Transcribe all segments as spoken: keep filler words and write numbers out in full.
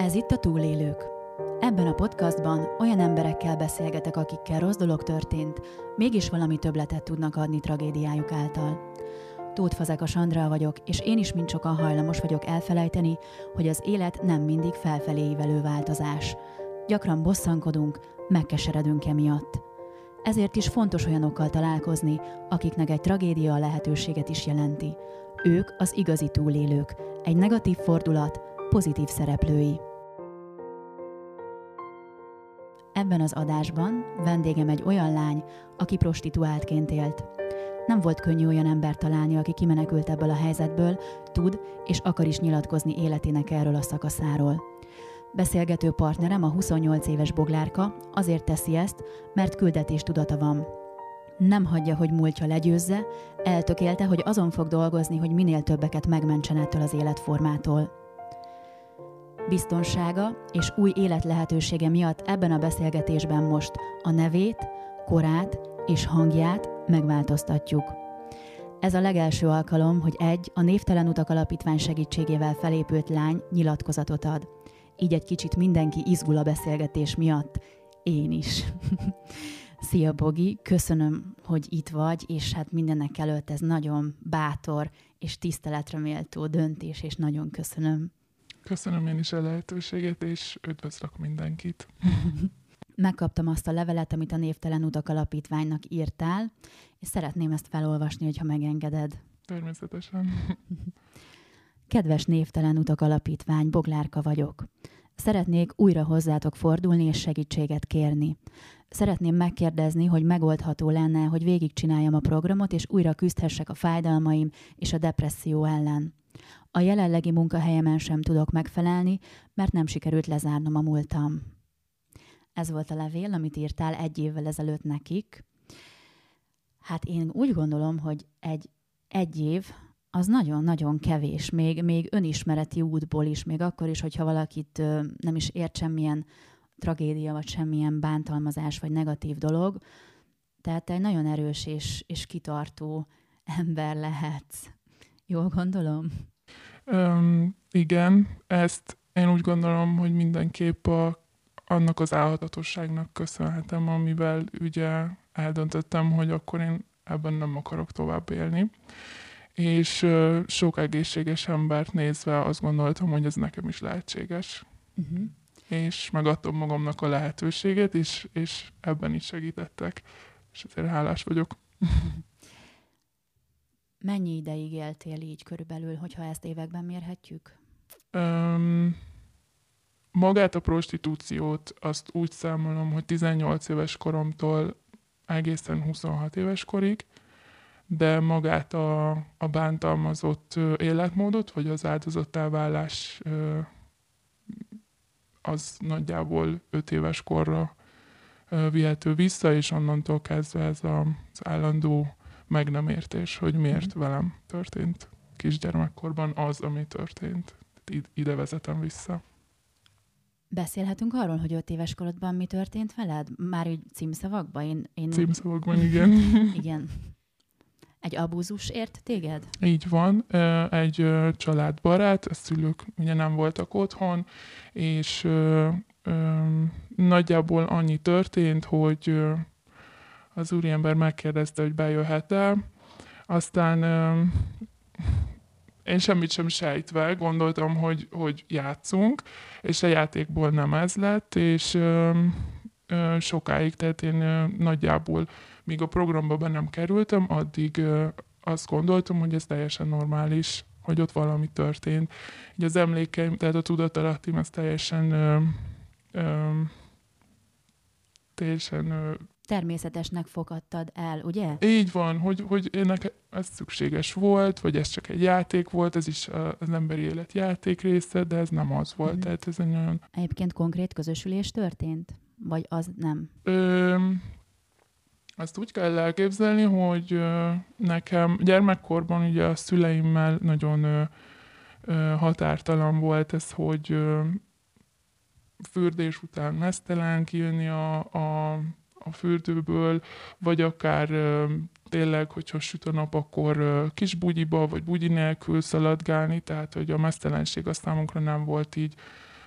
Ez itt a Túlélők. Ebben a podcastban olyan emberekkel beszélgetek, akikkel rossz dolog történt, mégis valami többletet tudnak adni tragédiájuk által. Tóth Fazekas Andrea vagyok, és én is mind sokan hajlamos vagyok elfelejteni, hogy az élet nem mindig felfelé ívelő változás. Gyakran bosszankodunk, megkeseredünk emiatt. Ezért is fontos olyanokkal találkozni, akiknek egy tragédia a lehetőséget is jelenti. Ők az igazi túlélők, egy negatív fordulat, pozitív szereplői. Ebben az adásban vendégem egy olyan lány, aki prostituáltként élt. Nem volt könnyű olyan embert találni, aki kimenekült ebből a helyzetből, tud és akar is nyilatkozni életének erről a szakaszáról. Beszélgető partnerem a huszonnyolc éves Boglárka, azért teszi ezt, mert küldetéstudata van. Nem hagyja, hogy múltja legyőzze, eltökélte, hogy azon fog dolgozni, hogy minél többeket megmentsen ettől az életformától. Biztonsága és új életlehetősége miatt ebben a beszélgetésben most a nevét, korát és hangját megváltoztatjuk. Ez a legelső alkalom, hogy egy a Névtelen Utak Alapítvány segítségével felépült lány nyilatkozatot ad. Így egy kicsit mindenki izgul a beszélgetés miatt. Én is. Szia Bogi, köszönöm, hogy itt vagy, és hát mindennek előtt ez nagyon bátor és tiszteletre méltó döntés, és nagyon köszönöm. Köszönöm én is a lehetőséget, és üdvözlök mindenkit. Megkaptam azt a levelet, amit a Névtelen Utak Alapítványnak írtál, és szeretném ezt felolvasni, hogyha megengeded. Természetesen. Kedves Névtelen Utak Alapítvány, Boglárka vagyok. Szeretnék újra hozzátok fordulni és segítséget kérni. Szeretném megkérdezni, hogy megoldható lenne, hogy végigcsináljam a programot, és újra küzdhessek a fájdalmaim és a depresszió ellen. A jelenlegi munkahelyemen sem tudok megfelelni, mert nem sikerült lezárnom a múltam. Ez volt a levél, amit írtál egy évvel ezelőtt nekik. Hát én úgy gondolom, hogy egy, egy év az nagyon-nagyon kevés, még, még önismereti útból is, még akkor is, hogyha valakit ö, nem is ért semmilyen tragédia, vagy semmilyen bántalmazás, vagy negatív dolog. Tehát te egy nagyon erős és, és kitartó ember lehetsz. Jól gondolom? Um, igen, ezt én úgy gondolom, hogy mindenképp a, annak az álhatatosságnak köszönhetem, amivel ugye eldöntöttem, hogy akkor én ebben nem akarok tovább élni. És uh, sok egészséges embert nézve azt gondoltam, hogy ez nekem is lehetséges. Uh-huh. És megadtam magamnak a lehetőséget, és, és ebben is segítettek. És ezért hálás vagyok. Mennyi ideig éltél így körülbelül, hogyha ezt években mérhetjük? Um, magát a prostitúciót azt úgy számolom, hogy tizennyolc éves koromtól egészen huszonhat éves korig, de magát a, a bántalmazott életmódot, vagy az áldozattá válás az nagyjából öt éves korra vihető vissza, és onnantól kezdve ez az állandó meg nem értés, hogy miért mm. velem történt kisgyermekkorban az, ami történt. Ide vezetem vissza. Beszélhetünk arról, hogy öt éves korodban mi történt veled? Már úgy címszavakban? Én, én... Címszavakban, igen. Igen. Egy abúzus ért téged? Így van. Egy családbarát, a szülők ugye nem voltak otthon, és ö, ö, nagyjából annyi történt, hogy az úriember megkérdezte, hogy bejöhet-e. Aztán ö, én semmit sem sejtve gondoltam, hogy, hogy játszunk, és a játékból nem ez lett, és ö, ö, sokáig, tehát én ö, nagyjából, míg a programba be nem kerültem, addig ö, azt gondoltam, hogy ez teljesen normális, hogy ott valami történt. Így az emlékeim, tehát a tudatalattim, az teljesen ö, ö, teljesen ö, természetesnek fogadtad el, ugye? Így van, hogy, hogy ennek ez szükséges volt, vagy ez csak egy játék volt, ez is az emberi élet játék része, de ez nem az volt. Mm. Tehát ez egy nagyon... Egyébként konkrét közösülés történt? Vagy az nem? Ö, azt úgy kell elképzelni, hogy ö, nekem gyermekkorban ugye a szüleimmel nagyon ö, ö, határtalan volt ez, hogy ö, fürdés után meztelen kijönni a, a a fürdőből, vagy akár ö, tényleg, hogyha süt a nap, akkor ö, kis bugyiba, vagy bugyi nélkül szaladgálni, tehát hogy a meztelenség az számunkra nem volt így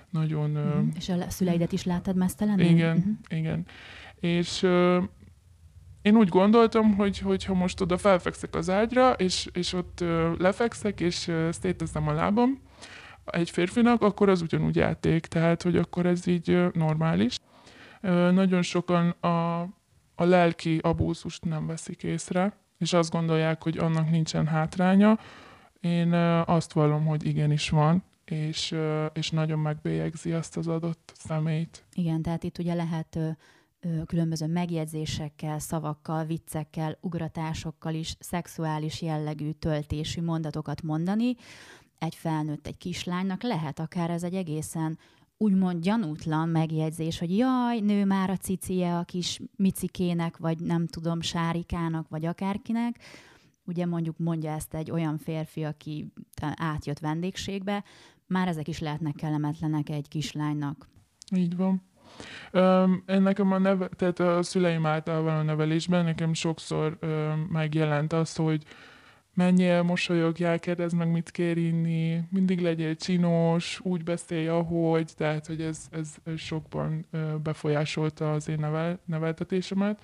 nagyon... Uh-huh. És a szüleidet is láttad meztelenül? Igen, uh-huh. igen. És uh, én úgy gondoltam, hogy, hogy ha most oda felfekszek az ágyra, és, és ott uh, lefekszek, és uh, széteszem a lábam egy férfinak, akkor az ugyanúgy játék. Tehát, hogy akkor ez így uh, normális. Uh, nagyon sokan a, a lelki abúzust nem veszik észre, és azt gondolják, hogy annak nincsen hátránya. Én uh, azt vallom, hogy igenis van, és, uh, és nagyon megbélyegzi azt az adott személyt. Igen, tehát itt ugye lehet ö, ö, különböző megjegyzésekkel, szavakkal, viccekkel, ugratásokkal is szexuális jellegű töltésű mondatokat mondani. Egy felnőtt, egy kislánynak lehet akár ez egy egészen úgymond gyanútlan megjegyzés, hogy jaj, nő már a cicije a kis micikének, vagy nem tudom, sárikának, vagy akárkinek. Ugye mondjuk mondja ezt egy olyan férfi, aki átjött vendégségbe, már ezek is lehetnek kellemetlenek egy kislánynak. Így van. Um, nekem a, neve, tehát a szüleim által való nevelésben nekem sokszor um, megjelent az, hogy menjél, mosolyogjál, kérdezd meg, mit kér inni, mindig legyél csinos, úgy beszélj, ahogy, tehát, hogy ez, ez sokban uh, befolyásolta az én nevel, neveltetésemet.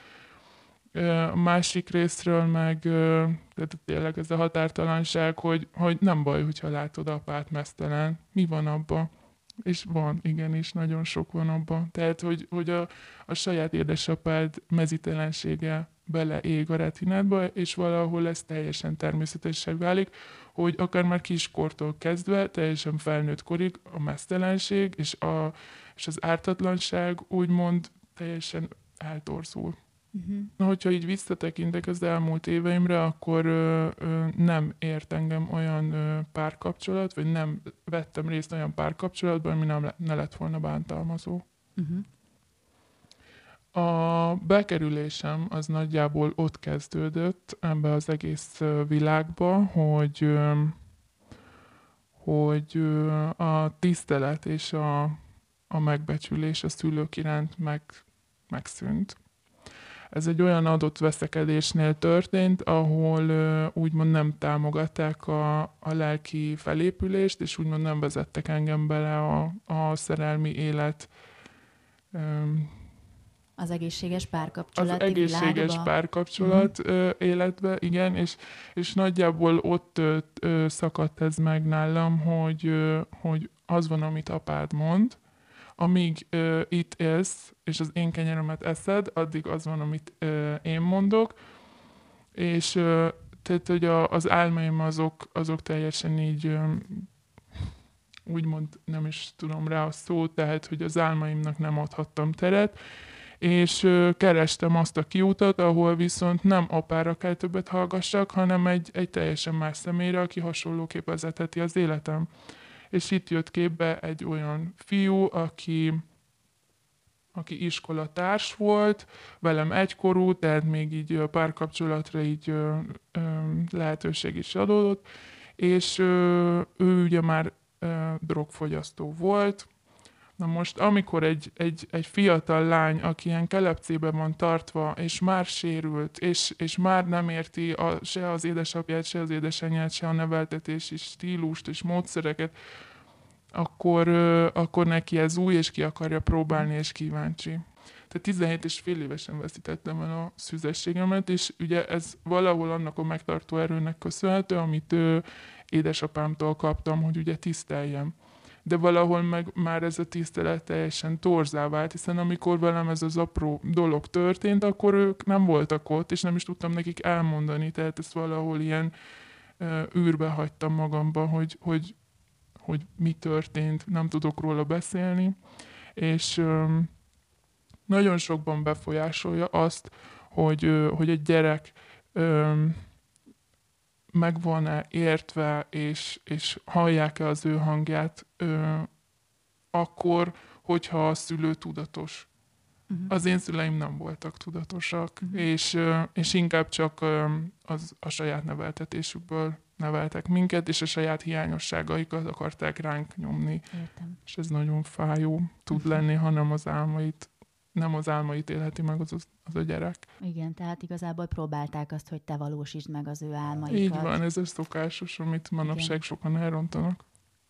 Uh, a másik részről meg uh, tehát tényleg ez a határtalanság, hogy, hogy nem baj, hogyha látod apát meztelen. Mi van abban? És van, igenis, nagyon sok van abban. Tehát, hogy, hogy a, a saját édesapád mezitelensége beleég a retinádba, és valahol ez teljesen természetesen válik, hogy akár már kiskortól kezdve, teljesen felnőtt korig a meztelenség és, a, és az ártatlanság úgymond teljesen eltorzul. Uh-huh. Na, hogyha így visszatekintek az elmúlt éveimre, akkor ö, ö, nem ért engem olyan ö, párkapcsolat, vagy nem vettem részt olyan párkapcsolatban, ami nem le, ne lett volna bántalmazó. Uh-huh. A bekerülésem az nagyjából ott kezdődött ebbe az egész világba, hogy, ö, hogy ö, a tisztelet és a, a megbecsülés a szülők iránt meg, megszűnt. Ez egy olyan adott veszekedésnél történt, ahol uh, úgymond nem támogatták a, a lelki felépülést, és úgymond nem vezettek engem bele a, a szerelmi élet. Um, az egészséges párkapcsolati Az egészséges világba. párkapcsolat uh-huh. életbe, igen, és, és nagyjából ott ö, ö, szakadt ez meg nálam, hogy, ö, hogy az van, amit apád mond, amíg ö, itt élsz, és az én kenyeremet eszed, addig az van, amit ö, én mondok, és ö, tehát, hogy a, az álmaim azok, azok teljesen így, ö, úgymond nem is tudom rá a szót, tehát, hogy az álmaimnak nem adhattam teret, és ö, kerestem azt a kiutat, ahol viszont nem apára kell többet hallgassak, hanem egy, egy teljesen más személyre, aki hasonlóképp vezetheti az életem. És itt jött képbe egy olyan fiú, aki, aki iskolatárs volt, velem egykorú, tehát még így párkapcsolatra így ö, ö, lehetőség is adódott, és ö, ő ugye már ö, drogfogyasztó volt. Na most, amikor egy, egy, egy fiatal lány, aki ilyen kelepcében van tartva, és már sérült, és, és már nem érti a, se az édesapját, se az édesanyját, se a neveltetési stílust és módszereket, akkor, akkor neki ez új, és ki akarja próbálni, és kíváncsi. Tehát tizenhét és fél évesen veszítettem el a szüzességemet, és ugye ez valahol annak a megtartó erőnek köszönhető, amit ő, édesapámtól kaptam, hogy ugye tiszteljem. De valahol meg már ez a tisztelet teljesen torzá vált, hiszen amikor velem ez az apró dolog történt, akkor ők nem voltak ott, és nem is tudtam nekik elmondani, tehát ezt valahol ilyen uh, űrbe hagytam magamba, hogy, hogy, hogy mi történt, nem tudok róla beszélni, és um, nagyon sokban befolyásolja azt, hogy, uh, hogy egy gyerek um, meg van-e értve, és, és hallják-e az ő hangját ö, akkor, hogyha a szülő tudatos. Uh-huh. Az én szüleim nem voltak tudatosak, uh-huh. és, ö, és inkább csak ö, az, a saját neveltetésükből neveltek minket, és a saját hiányosságaikat akarták ránk nyomni. Értem. És ez nagyon fájó tud uh-huh. lenni, hanem az álmait, nem az álmait élheti meg az, az a gyerek. Igen, tehát igazából próbálták azt, hogy te valósítsd meg az ő álmaikat. Így van, ez a szokásos, amit manapság sokan elrontanak.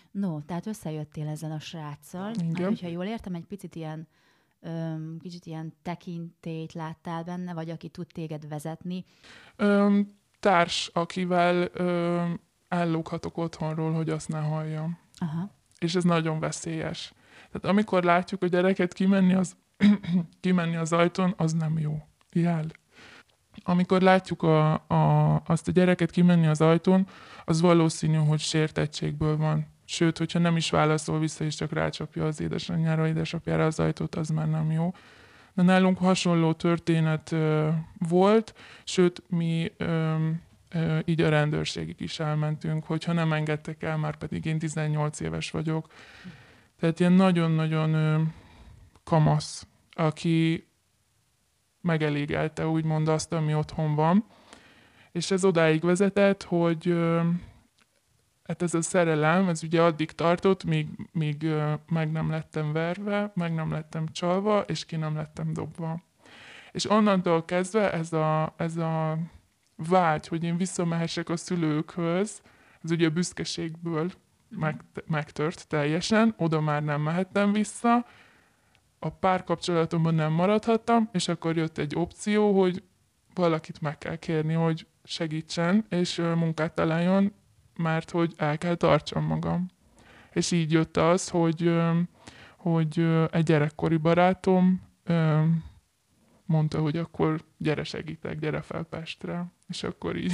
No, tehát összejöttél ezzel a sráccal. Igen. Hát, hogyha jól értem, egy picit ilyen, öm, kicsit ilyen tekintélyt láttál benne, vagy aki tud téged vezetni. Öm, társ, akivel öm, ellóghatok otthonról, hogy azt ne halljam. Aha. És ez nagyon veszélyes. Tehát amikor látjuk a gyereket kimenni az, kimenni az ajtón, az nem jó. Jel. Amikor látjuk a, a, azt a gyereket kimenni az ajtón, az valószínű, hogy sértettségből van. Sőt, hogyha nem is válaszol vissza, és csak rácsapja az édesanyjára, édesapjára az ajtót, az már nem jó. De nálunk hasonló történet ö, volt, sőt, mi ö, ö, így a rendőrségig is elmentünk, hogyha nem engedtek el, már pedig én tizennyolc éves vagyok. Tehát ilyen nagyon-nagyon ö, kamasz, aki megelégelte úgymond azt, ami otthon van. És ez odáig vezetett, hogy ö, hát ez a szerelem, ez ugye addig tartott, míg, míg ö, meg nem lettem verve, meg nem lettem csalva, és ki nem lettem dobva. És onnantól kezdve ez a, ez a vágy, hogy én visszamehessek a szülőkhöz, ez ugye a büszkeségből meg, megtört teljesen, oda már nem mehettem vissza, a párkapcsolatomban nem maradhattam, és akkor jött egy opció, hogy valakit meg kell kérni, hogy segítsen, és ö, munkát találjon, mert hogy el kell tartsam magam. És így jött az, hogy, ö, hogy ö, egy gyerekkori barátom ö, mondta, hogy akkor gyere segítek, gyere fel Pestre. És akkor így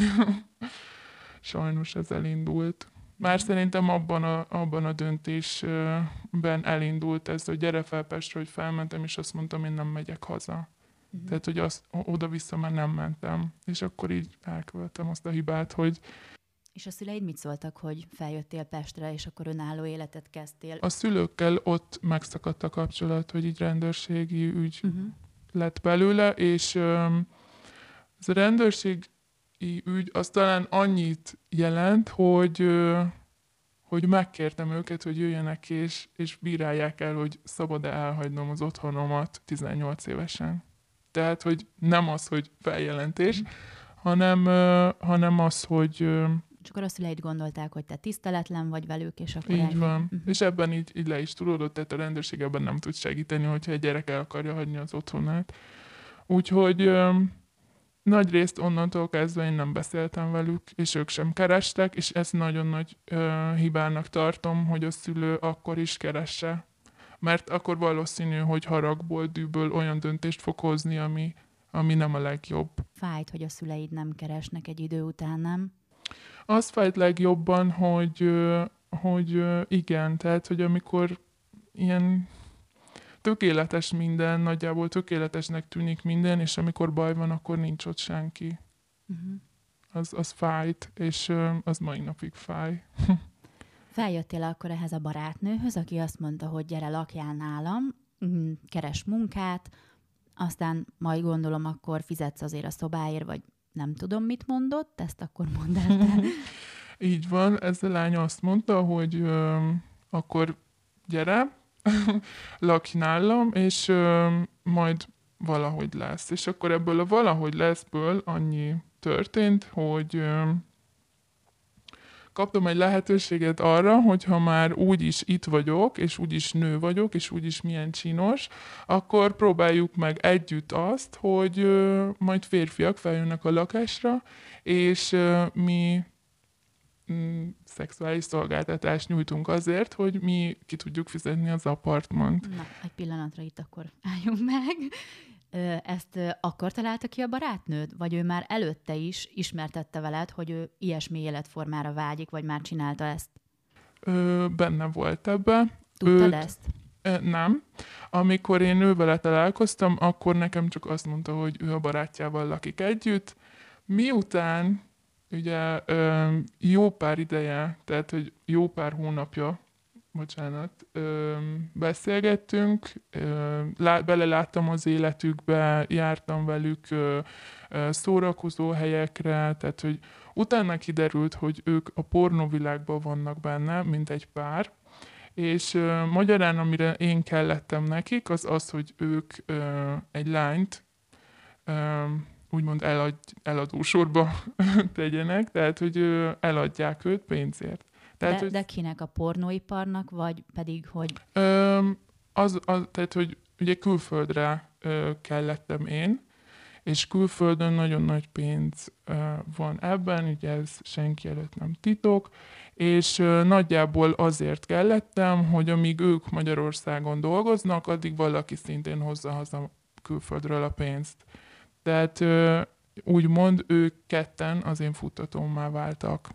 sajnos ez elindult. Már szerintem abban a, abban a döntésben elindult ez, hogy gyere fel Pestre, hogy felmentem, és azt mondtam, én nem megyek haza. Uh-huh. Tehát, hogy azt, oda-vissza már nem mentem. És akkor így elkövettem azt a hibát, hogy... És a szüleid mit szóltak, hogy feljöttél Pestre, és akkor önálló életet kezdtél? A szülőkkel ott megszakadt a kapcsolat, hogy így rendőrségi ügy uh-huh. lett belőle, és um, ez a rendőrségi ügy az talán annyit jelent, hogy, uh, hogy megkértem őket, hogy jöjjenek és, és bírálják el, hogy szabad-e elhagynom az otthonomat tizennyolc évesen. Tehát, hogy nem az, hogy feljelentés, mm. hanem, uh, hanem az, hogy... Uh, és akkor a szüleid gondolták, hogy te tiszteletlen vagy velük, és akkor... Így ennyi. van. Uh-huh. És ebben így, így le is tudódott, tehát a rendőrség ebben nem tud segíteni, hogyha egy gyerek el akarja hagyni az otthonát. Úgyhogy um, nagy részt onnantól kezdve én nem beszéltem velük, és ők sem kerestek, és ezt nagyon nagy uh, hibának tartom, hogy a szülő akkor is keresse. Mert akkor valószínű, hogy haragból, dűből olyan döntést fog hozni, ami, ami nem a legjobb. Fájt, hogy a szüleid nem keresnek egy idő után, nem? Az fájt legjobban, hogy, hogy igen, tehát, hogy amikor ilyen tökéletes minden, nagyjából tökéletesnek tűnik minden, és amikor baj van, akkor nincs ott senki. Uh-huh. Az, az fájt, és az mai napig fáj. Feljöttél akkor ehhez a barátnőhöz, aki azt mondta, hogy gyere, lakjál nálam, keres munkát, aztán majd gondolom, akkor fizetsz azért a szobáért, vagy nem tudom, mit mondott, ezt akkor mondd el te. Így van, ez a lány azt mondta, hogy ö, akkor gyere, lakj nálam, és ö, majd valahogy lesz. És akkor ebből a valahogy leszből annyi történt, hogy ö, kaptam egy lehetőséget arra, hogyha már úgyis itt vagyok, és úgyis nő vagyok, és úgyis milyen csinos, akkor próbáljuk meg együtt azt, hogy ö, majd férfiak feljönnek a lakásra, és ö, mi mm, szexuális szolgáltatást nyújtunk azért, hogy mi ki tudjuk fizetni az apartmant. Na, egy pillanatra itt akkor álljunk meg. Ezt akkor találta ki a barátnőd? Vagy ő már előtte is ismertette veled, hogy ő ilyesmi életformára vágyik, vagy már csinálta ezt? Ö, benne volt ebbe. Tudtad Őt, ezt? Ö, nem. Amikor én ő vele találkoztam, akkor nekem csak azt mondta, hogy ő a barátjával lakik együtt. Miután ugye ö, jó pár ideje, tehát hogy jó pár hónapja, bocsánat, ö, beszélgettünk, ö, lá, beleláttam az életükbe, jártam velük ö, ö, szórakozó helyekre, tehát hogy utána kiderült, hogy ők a pornóvilágban vannak benne, mint egy pár, és ö, magyarán, amire én kellettem nekik, az az, hogy ők ö, egy lányt ö, úgymond elad, eladósorba tegyenek, tehát hogy ö, eladják őt pénzért. Tehát, de, hogy, de kinek? A pornóiparnak, vagy pedig, hogy... öm, az, az, tehát, hogy ugye külföldre ö, kellettem én, és külföldön nagyon nagy pénz ö, van ebben, ugye ez senki előtt nem titok, és ö, nagyjából azért kellettem, hogy amíg ők Magyarországon dolgoznak, addig valaki szintén hozza haza külföldről a pénzt. Tehát ö, úgymond ők ketten az én futtatómmá váltak.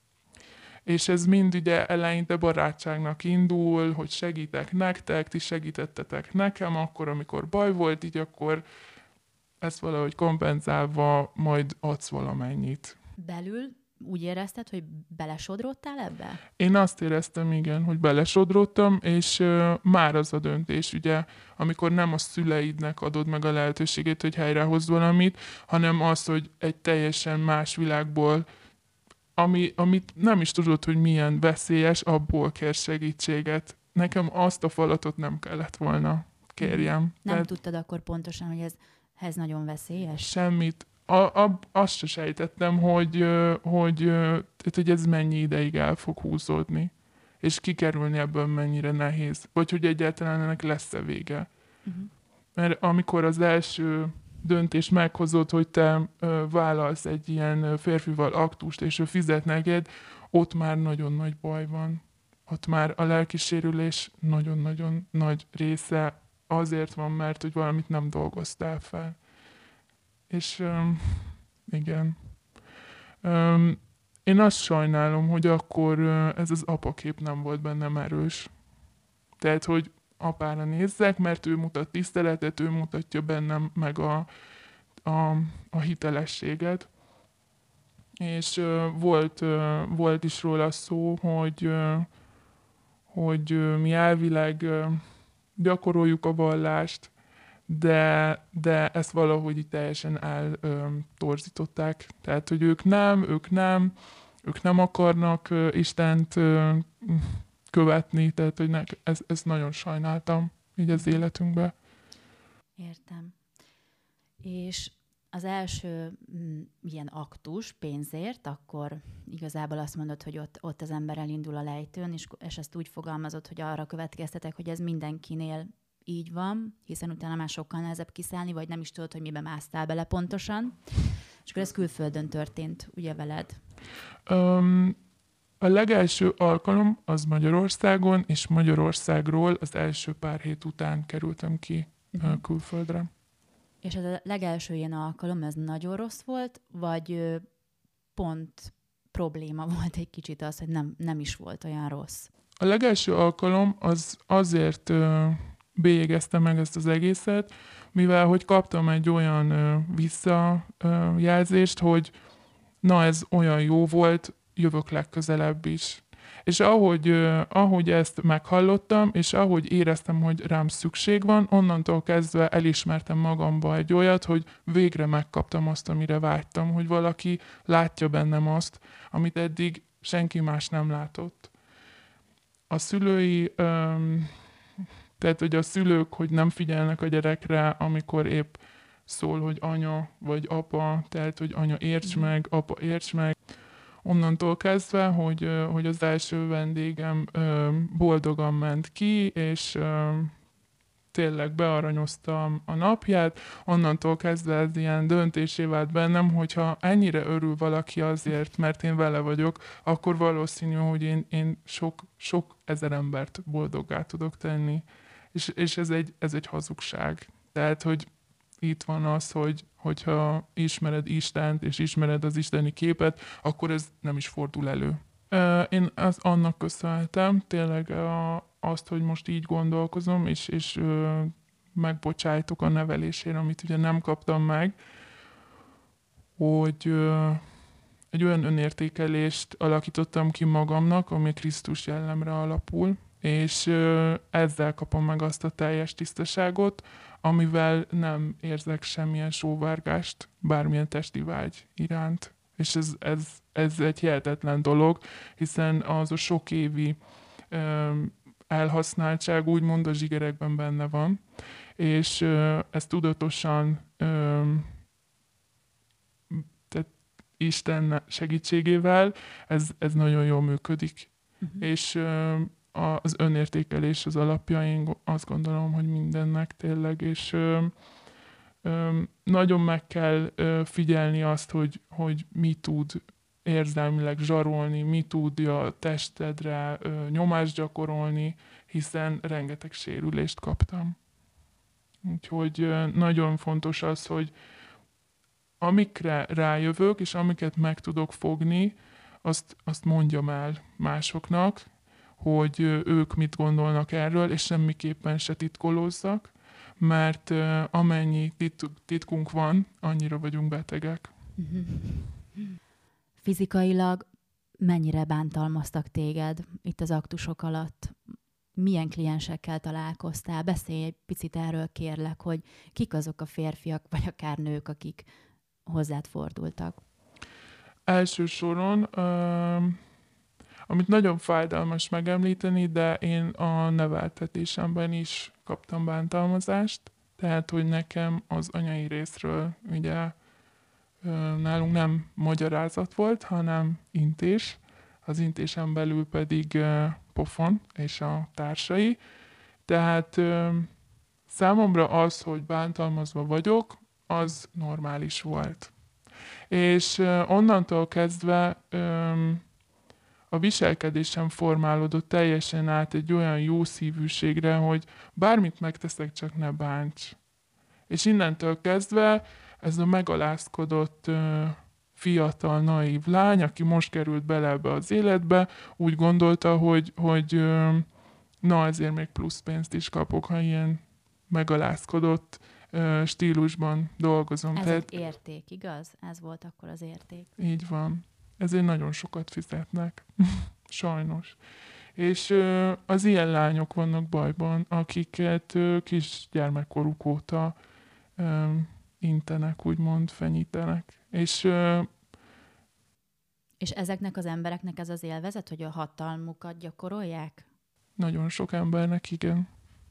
És ez mind ugye eleinte barátságnak indul, hogy segítek nektek, ti segítettetek nekem, akkor, amikor baj volt, így akkor ezt valahogy kompenzálva majd adsz valamennyit. Belül úgy érezted, hogy belesodródtál ebbe? Én azt éreztem, igen, hogy belesodródtam, és uh, már az a döntés, ugye, amikor nem a szüleidnek adod meg a lehetőségét, hogy helyrehozz valamit, hanem az, hogy egy teljesen más világból, ami, amit nem is tudod, hogy milyen veszélyes, abból kér segítséget. Nekem azt a falatot nem kellett volna kérjem. Nem Tehát tudtad akkor pontosan, hogy ez, ez nagyon veszélyes? semmit. A, a, azt se sejtettem, hogy, ö, hogy, ö, tehát, hogy ez mennyi ideig el fog húzódni, és kikerülni ebből mennyire nehéz, vagy hogy egyáltalán ennek lesz-e vége. Uh-huh. Mert amikor az első döntést meghozod, hogy te ö, vállalsz egy ilyen ö, férfival aktust, és ő fizet neked, ott már nagyon nagy baj van. Ott már a lelkisérülés nagyon-nagyon nagy része azért van, mert hogy valamit nem dolgoztál fel. És um, igen. Um, én azt sajnálom, hogy akkor uh, ez az apakép nem volt bennem erős. Tehát, hogy apára nézzek, mert ő mutat tiszteletet, ő mutatja bennem meg a, a, a hitelességet. És uh, volt, uh, volt is róla szó, hogy, uh, hogy uh, mi elvileg uh, gyakoroljuk a vallást, de, de ezt valahogy így teljesen eltorzították. Tehát, hogy ők nem, ők nem, ők nem akarnak ö, Istent ö, követni, tehát, hogy ne, ez, ezt nagyon sajnáltam így az életünkben. Értem. És az első mm, ilyen aktus pénzért, akkor igazából azt mondod, hogy ott, ott az ember elindul a lejtőn, és, és ezt úgy fogalmazod, hogy arra következtetek, hogy ez mindenkinél így van, hiszen utána már sokkal nehezebb kiszállni, vagy nem is tudod, hogy miben másztál bele pontosan. És akkor ez külföldön történt, ugye veled? Um, a legelső alkalom az Magyarországon, és Magyarországról az első pár hét után kerültem ki uh-huh. külföldre. És ez a legelső ilyen alkalom, ez nagyon rossz volt, vagy pont probléma volt egy kicsit az, hogy nem, nem is volt olyan rossz? A legelső alkalom az azért uh, bélyegezte meg ezt az egészet, mivel hogy kaptam egy olyan uh, visszajelzést, uh, hogy na ez olyan jó volt, jövök legközelebb is. És ahogy, uh, ahogy ezt meghallottam, és ahogy éreztem, hogy rám szükség van, onnantól kezdve elismertem magamba egy olyat, hogy végre megkaptam azt, amire vágytam, hogy valaki látja bennem azt, amit eddig senki más nem látott. A szülői... Um, Tehát, hogy a szülők, hogy nem figyelnek a gyerekre, amikor épp szól, hogy anya vagy apa, tehát, hogy anya érts meg, apa érts meg. Onnantól kezdve, hogy, hogy az első vendégem boldogan ment ki, és tényleg bearanyoztam a napját, onnantól kezdve ez ilyen döntésé vált bennem, hogyha ennyire örül valaki azért, mert én vele vagyok, akkor valószínű, hogy én, én sok, sok ezer embert boldoggá tudok tenni. És, és ez, egy, ez egy hazugság. Tehát, hogy itt van az, hogy, hogyha ismered Istent, és ismered az isteni képet, akkor ez nem is fordul elő. Én az, annak köszönhetem tényleg a, azt, hogy most így gondolkozom, és, és ö, megbocsájtok a nevelésére, amit ugye nem kaptam meg, hogy ö, egy olyan önértékelést alakítottam ki magamnak, ami Krisztus jellemre alapul, és ö, ezzel kapom meg azt a teljes tisztaságot, amivel nem érzek semmilyen sóvárgást, bármilyen testi vágy iránt. És ez, ez, ez egy hihetetlen dolog, hiszen az a sok évi ö, elhasználtság úgymond a zsigerekben benne van, és ö, ez tudatosan ö, tehát Isten segítségével ez, ez nagyon jól működik. uh-huh. és ö, az önértékelés az alapja, én azt gondolom, hogy mindennek tényleg, és ö, ö, nagyon meg kell ö, figyelni azt, hogy, hogy mi tud érzelmileg zsarolni, mi tudja a testedre ö, nyomást gyakorolni, hiszen rengeteg sérülést kaptam. Úgyhogy ö, nagyon fontos az, hogy amikre rájövök, és amiket meg tudok fogni, azt, azt mondjam el másoknak, hogy ők mit gondolnak erről, és semmiképpen se titkolózzak, mert uh, amennyi tit- titkunk van, annyira vagyunk betegek. Fizikailag mennyire bántalmaztak téged itt az aktusok alatt? Milyen kliensekkel találkoztál? Beszélj egy picit erről, kérlek, hogy kik azok a férfiak, vagy akár nők, akik hozzád fordultak? Első soron, uh, amit nagyon fájdalmas megemlíteni, de én a neveltetésemben is kaptam bántalmazást, tehát, hogy nekem az anyai részről ugye uh, nálunk nem magyarázat volt, hanem intés, az intésen belül pedig uh, pofon és a társai. Tehát uh, számomra az, hogy bántalmazva vagyok, az normális volt. És uh, onnantól kezdve um, a viselkedésem formálódott teljesen át egy olyan jó szívűségre, hogy bármit megteszek, csak ne bánts. És innentől kezdve ez a megalázkodott uh, fiatal, naív lány, aki most került bele ebbe az életbe, úgy gondolta, hogy, hogy uh, na ezért még plusz pénzt is kapok, ha ilyen megalázkodott uh, stílusban dolgozom. Ez Tehát, egy érték, igaz? Ez volt akkor az érték. Így van. Ezért nagyon sokat fizetnek. Sajnos. És ö, az ilyen lányok vannak bajban, akiket ö, kis gyermekkoruk óta ö, intenek, úgymond fenyítenek. És, ö, és ezeknek az embereknek ez az élvezet, hogy a hatalmukat gyakorolják? Nagyon sok embernek, igen.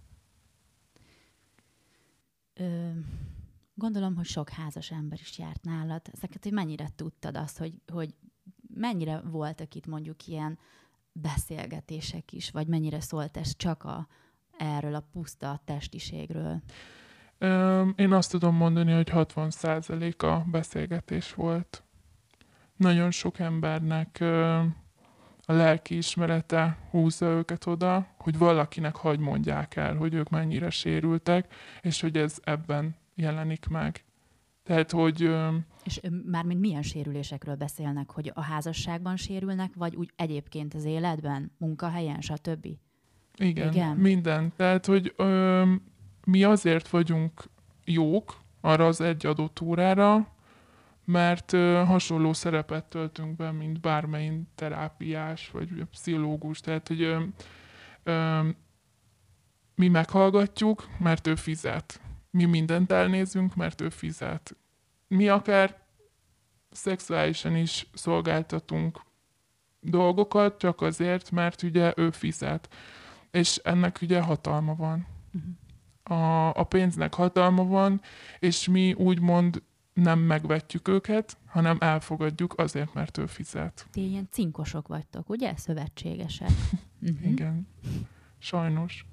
Ö, gondolom, hogy sok házas ember is járt nálad. Ezeket, hogy mennyire tudtad azt, hogy, hogy mennyire voltak itt mondjuk ilyen beszélgetések is, vagy mennyire szólt ez csak a, erről a puszta testiségről? Ö, én azt tudom mondani, hogy hatvan százalék a beszélgetés volt. Nagyon sok embernek ö, a lelkiismerete húzza őket oda, hogy valakinek hagy mondják el, hogy ők mennyire sérültek, és hogy ez ebben jelenik meg. Tehát, hogy... Ö, és mármint milyen sérülésekről beszélnek, hogy a házasságban sérülnek, vagy úgy egyébként az életben, munkahelyen, stb.? Igen, Igen? minden. Tehát, hogy ö, mi azért vagyunk jók arra az egy adott órára, mert ö, hasonló szerepet töltünk be, mint bármely terápiás vagy pszichológus. Tehát, hogy ö, ö, mi meghallgatjuk, mert ő fizet. Mi mindent elnézünk, mert ő fizet. Mi akár szexuálisan is szolgáltatunk dolgokat, csak azért, mert ugye ő fizet. És ennek ugye hatalma van. Uh-huh. A, a pénznek hatalma van, és mi úgymond nem megvetjük őket, hanem elfogadjuk azért, mert ő fizet. Ti ilyen cinkosok vagytok, ugye? Szövetségesek. Uh-huh. Igen. Sajnos.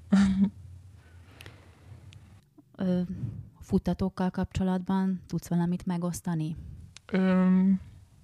Ö, futtatókkal kapcsolatban tudsz valamit megosztani? Öm,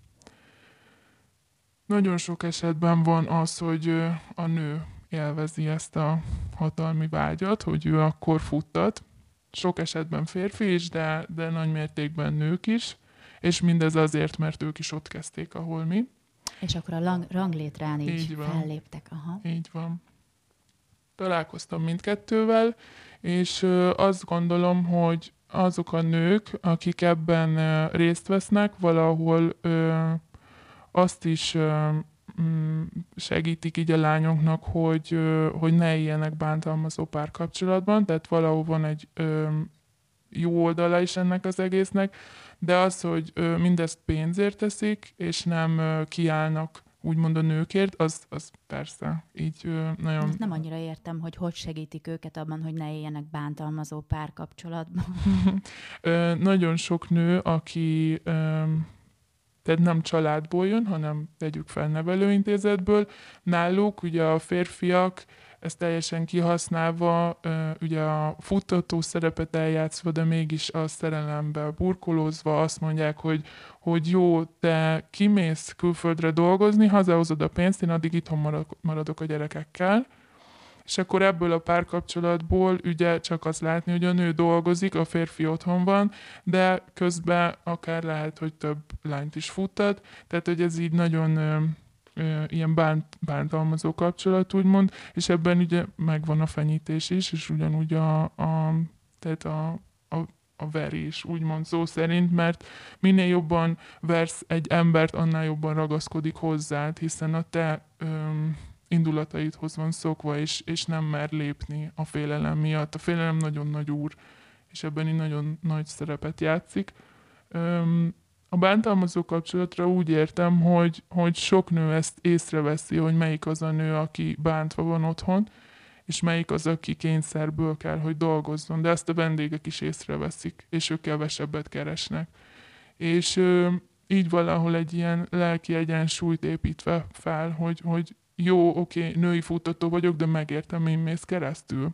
nagyon sok esetben van az, hogy a nő élvezi ezt a hatalmi vágyat, hogy ő akkor futtat. Sok esetben férfi is, de, de nagy mértékben nők is, és mindez azért, mert ők is ott kezdték, ahol mi. És akkor a lang- ranglétrán így, így van. felléptek. Aha. Így van. Találkoztam mindkettővel, és azt gondolom, hogy azok a nők, akik ebben részt vesznek, valahol ö, azt is ö, segítik így a lányoknak, hogy, ö, hogy ne éljenek bántalmazó párkapcsolatban, tehát valahol van egy ö, jó oldala is ennek az egésznek, de az, hogy ö, mindezt pénzért teszik, és nem ö, kiállnak úgymond a nőkért, az, az persze így ö, nagyon... Nem annyira értem, hogy hogy segítik őket abban, hogy ne éljenek bántalmazó párkapcsolatban. ö, nagyon sok nő, aki ö, tehát nem családból jön, hanem tegyük fel nevelőintézetből. Náluk ugye a férfiak ezt teljesen kihasználva, ugye a futtató szerepet eljátszva, de mégis a szerelembe burkolózva azt mondják, hogy, hogy jó, te kimész külföldre dolgozni, hazahozod a pénzt, én addig itthon maradok a gyerekekkel. És akkor ebből a párkapcsolatból ugye csak azt látni, hogy a nő dolgozik, a férfi otthon van, de közben akár lehet, hogy több lányt is futtat, tehát hogy ez így nagyon ö, ö, ilyen bánt, bántalmazó kapcsolat, úgymond, és ebben ugye megvan a fenyítés is, és ugyanúgy a, a, tehát a, a, a verés, úgymond szó szerint, mert minél jobban versz egy embert, annál jobban ragaszkodik hozzád, hiszen a te ö, indulataidhoz van szokva, és, és nem mer lépni a félelem miatt. A félelem nagyon nagy úr, és ebben így nagyon nagy szerepet játszik. Öm, a bántalmazó kapcsolatra úgy értem, hogy, hogy sok nő ezt észreveszi, hogy melyik az a nő, aki bántva van otthon, és melyik az, aki kényszerből kell, hogy dolgozzon. De ezt a vendégek is észreveszik, és ők kevesebbet keresnek. És ö, így valahol egy ilyen lelki egyensúlyt építve fel, hogy, hogy jó, oké, okay, női futtató vagyok, de megértem, mi mész keresztül.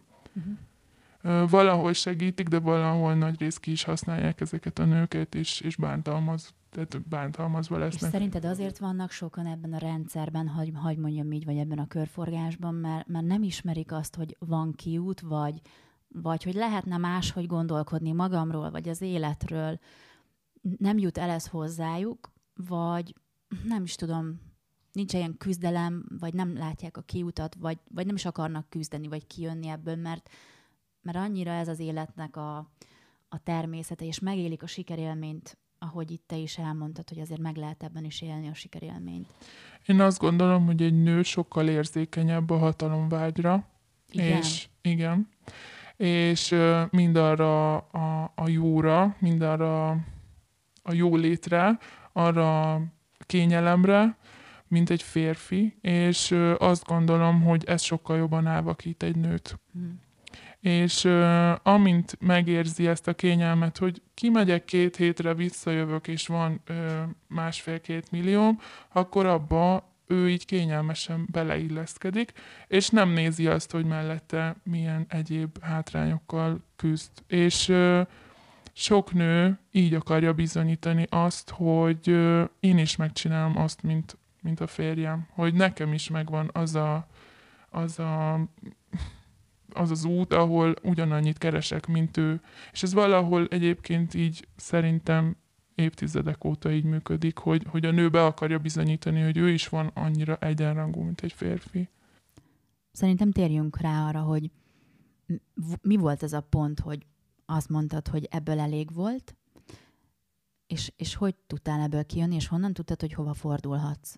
Uh-huh. Valahol segítik, de valahol nagy rész ki is használják ezeket a nőket, és, és bántalmaz, tehát bántalmazva lesznek. És szerinted azért vannak sokan ebben a rendszerben, hagy, hagy mondjam így, vagy ebben a körforgásban, mert, mert nem ismerik azt, hogy van kiút, vagy, vagy hogy lehetne máshogy gondolkodni magamról, vagy az életről. Nem jut el ez hozzájuk, vagy nem is tudom, nincs ilyen küzdelem, vagy nem látják a kiutat, vagy, vagy nem is akarnak küzdeni, vagy kijönni ebből, mert, mert annyira ez az életnek a, a természete, és megélik a sikerélményt, ahogy itt te is elmondtad, hogy azért meg lehet ebben is élni a sikerélményt. Én azt gondolom, hogy egy nő sokkal érzékenyebb a hatalomvágyra. Igen? És, igen. És uh, mind arra a, a jóra, mind arra a jólétre, arra kényelemre, mint egy férfi, és ö, azt gondolom, hogy ez sokkal jobban elvakít egy nőt. Hmm. És ö, amint megérzi ezt a kényelmet, hogy kimegyek két hétre, visszajövök, és van ö, másfél-két millióm, akkor abba ő így kényelmesen beleilleszkedik, és nem nézi azt, hogy mellette milyen egyéb hátrányokkal küzd. És ö, sok nő így akarja bizonyítani azt, hogy ö, én is megcsinálom azt, mint mint a férjem, hogy nekem is megvan az a, az, a, az az út, ahol ugyanannyit keresek, mint ő. És ez valahol egyébként így szerintem évtizedek óta így működik, hogy, hogy a nő be akarja bizonyítani, hogy ő is van annyira egyenrangú, mint egy férfi. Szerintem térjünk rá arra, hogy mi volt ez a pont, hogy azt mondtad, hogy ebből elég volt, és, és hogy tudtál ebből kijönni, és honnan tudtad, hogy hova fordulhatsz?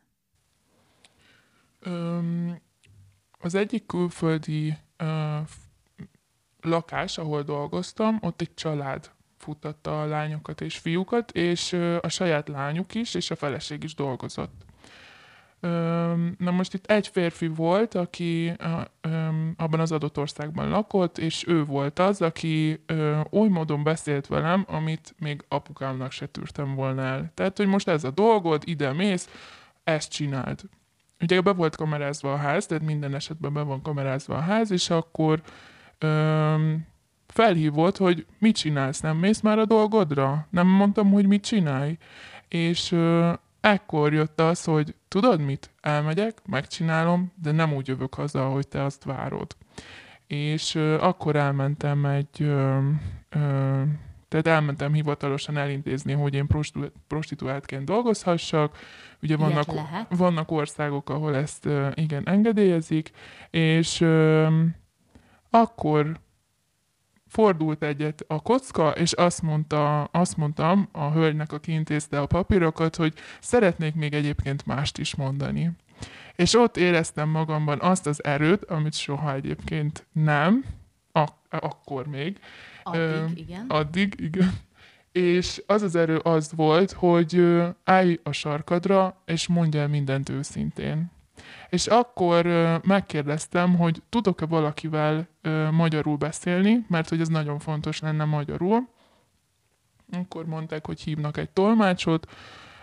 Öm, az egyik külföldi ö, lakás, ahol dolgoztam, ott egy család futtatta a lányokat és fiúkat, és ö, a saját lányuk is, és a feleség is dolgozott. Öm, na most itt egy férfi volt, aki ö, ö, abban az adott országban lakott, és ő volt az, aki ö, oly módon beszélt velem, amit még apukámnak se tűrtem volna el. Tehát, hogy most ez a dolgod, ide mész, ezt csináld. Ugye be volt kamerázva a ház, tehát minden esetben be van kamerázva a ház, és akkor öm, felhívott, hogy mit csinálsz, nem mész már a dolgodra? Nem mondtam, hogy mit csinálj. És ö, ekkor jött az, hogy tudod mit? Elmegyek, megcsinálom, de nem úgy jövök haza, ahogy te azt várod. És ö, akkor elmentem egy... Ö, ö, Tehát elmentem hivatalosan elintézni, hogy én prostituáltként dolgozhassak. Ugye vannak, vannak országok, ahol ezt igen engedélyezik, és ö, akkor fordult egyet a kocka, és azt, mondta, azt mondtam a hölgynek, aki intézte a papírokat, hogy szeretnék még egyébként mást is mondani. És ott éreztem magamban azt az erőt, amit soha egyébként nem, ak- akkor még, Addig, Ö, igen. Addig, igen. És az az erő az volt, hogy állj a sarkadra, és mondj el mindent őszintén. És akkor megkérdeztem, hogy tudok-e valakivel magyarul beszélni, mert hogy ez nagyon fontos lenne magyarul. Akkor mondták, hogy hívnak egy tolmácsot,